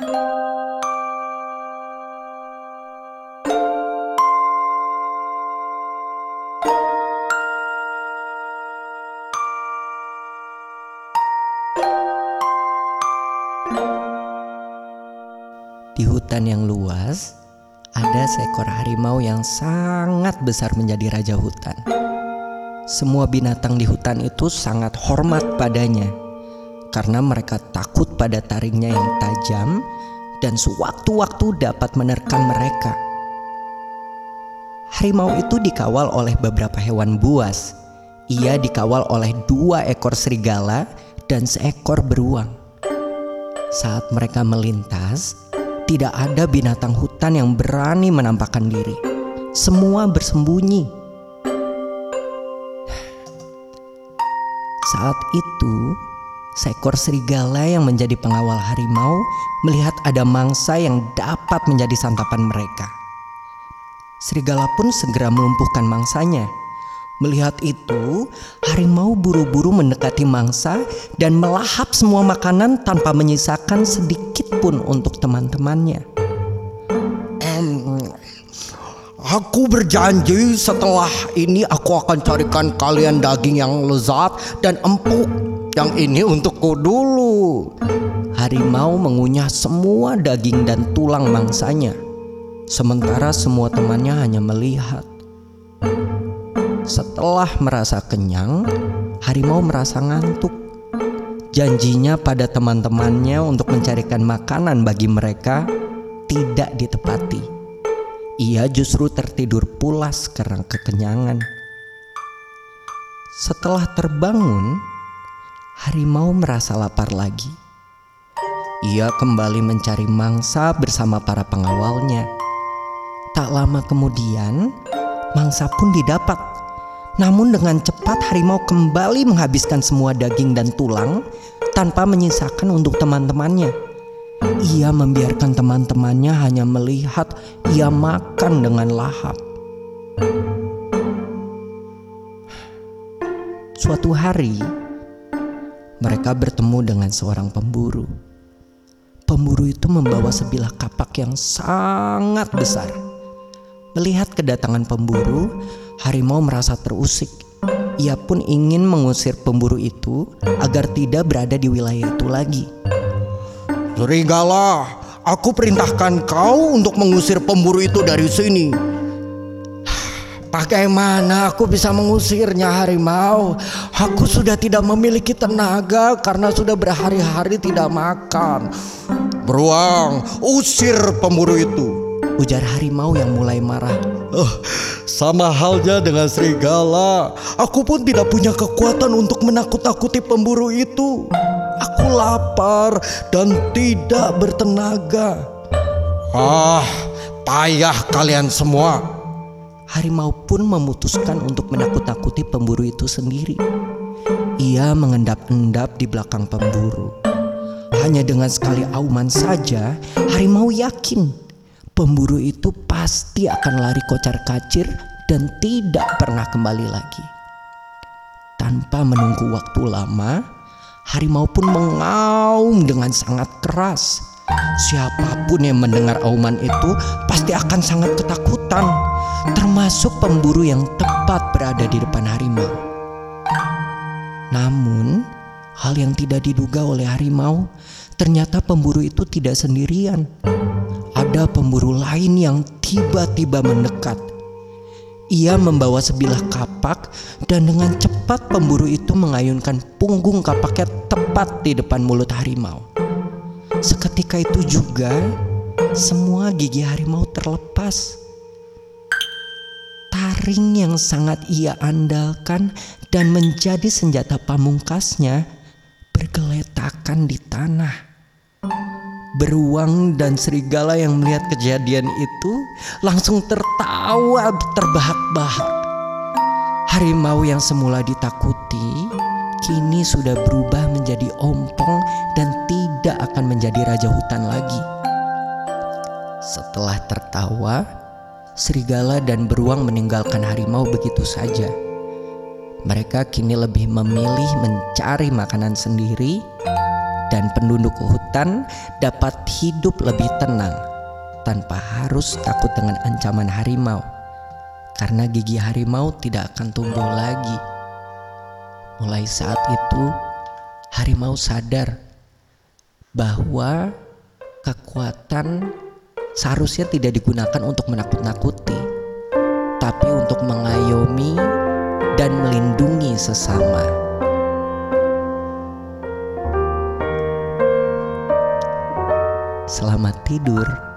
Di hutan yang luas, ada seekor harimau yang sangat besar menjadi raja hutan. Semua binatang di hutan itu sangat hormat padanya, karena mereka takut pada taringnya yang tajam dan sewaktu-waktu dapat menerkam mereka. Harimau itu dikawal oleh beberapa hewan buas. Ia dikawal oleh 2 ekor serigala dan seekor beruang. Saat mereka melintas, tidak ada binatang hutan yang berani menampakkan diri. Semua bersembunyi. Saat itu, seekor serigala yang menjadi pengawal harimau melihat ada mangsa yang dapat menjadi santapan mereka. Serigala pun segera melumpuhkan mangsanya. Melihat itu, harimau buru-buru mendekati mangsa dan melahap semua makanan tanpa menyisakan sedikit pun untuk teman-temannya. Aku berjanji setelah ini aku akan carikan kalian daging yang lezat dan empuk. Yang ini untukku dulu. Harimau mengunyah semua daging dan tulang mangsanya, sementara semua temannya hanya melihat. Setelah merasa kenyang, harimau merasa ngantuk. Janjinya pada teman-temannya untuk mencarikan makanan bagi mereka tidak ditepati. Ia justru tertidur pulas karena kekenyangan. Setelah terbangun, harimau merasa lapar lagi. Ia kembali mencari mangsa bersama para pengawalnya. Tak lama kemudian, mangsa pun didapat. Namun dengan cepat harimau kembali menghabiskan semua daging dan tulang tanpa menyisakan untuk teman-temannya. Ia membiarkan teman-temannya hanya melihat ia makan dengan lahap. Suatu hari, mereka bertemu dengan seorang pemburu. Pemburu itu membawa sebilah kapak yang sangat besar. Melihat kedatangan pemburu, harimau merasa terusik. Ia pun ingin mengusir pemburu itu agar tidak berada di wilayah itu lagi. Serigala, aku perintahkan kau untuk mengusir pemburu itu dari sini. Bagaimana aku bisa mengusirnya, harimau? Aku sudah tidak memiliki tenaga karena sudah berhari-hari tidak makan. Beruang, usir pemburu itu, ujar harimau yang mulai marah. Sama halnya dengan serigala, aku pun tidak punya kekuatan untuk menakut-nakuti pemburu itu. Aku lapar dan tidak bertenaga. Payah kalian semua. Harimau pun memutuskan untuk menakut-nakuti pemburu itu sendiri. Ia mengendap-endap di belakang pemburu. Hanya dengan sekali auman saja, harimau yakin pemburu itu pasti akan lari kocar-kacir dan tidak pernah kembali lagi. Tanpa menunggu waktu lama, harimau pun mengaum dengan sangat keras. Siapapun yang mendengar auman itu pasti akan sangat ketakutan, termasuk pemburu yang tepat berada di depan harimau. Namun, hal yang tidak diduga oleh harimau, ternyata pemburu itu tidak sendirian. Ada pemburu lain yang tiba-tiba mendekat. Ia membawa sebilah kapak dan dengan cepat pemburu itu mengayunkan punggung kapaknya tepat di depan mulut harimau. Seketika itu juga semua gigi harimau terlepas. Taring yang sangat ia andalkan dan menjadi senjata pamungkasnya bergeletakan di tanah. Beruang dan serigala yang melihat kejadian itu langsung tertawa terbahak-bahak. Harimau yang semula ditakuti kini sudah berubah menjadi ompong dan tidak akan menjadi raja hutan lagi. Setelah tertawa, serigala dan beruang meninggalkan harimau begitu saja. Mereka kini lebih memilih mencari makanan sendiri dan penduduk hutan dapat hidup lebih tenang tanpa harus takut dengan ancaman harimau, karena gigi harimau tidak akan tumbuh lagi. Mulai saat itu, harimau sadar bahwa kekuatan seharusnya tidak digunakan untuk menakut-nakuti, tapi untuk mengayomi dan melindungi sesama. Selamat tidur.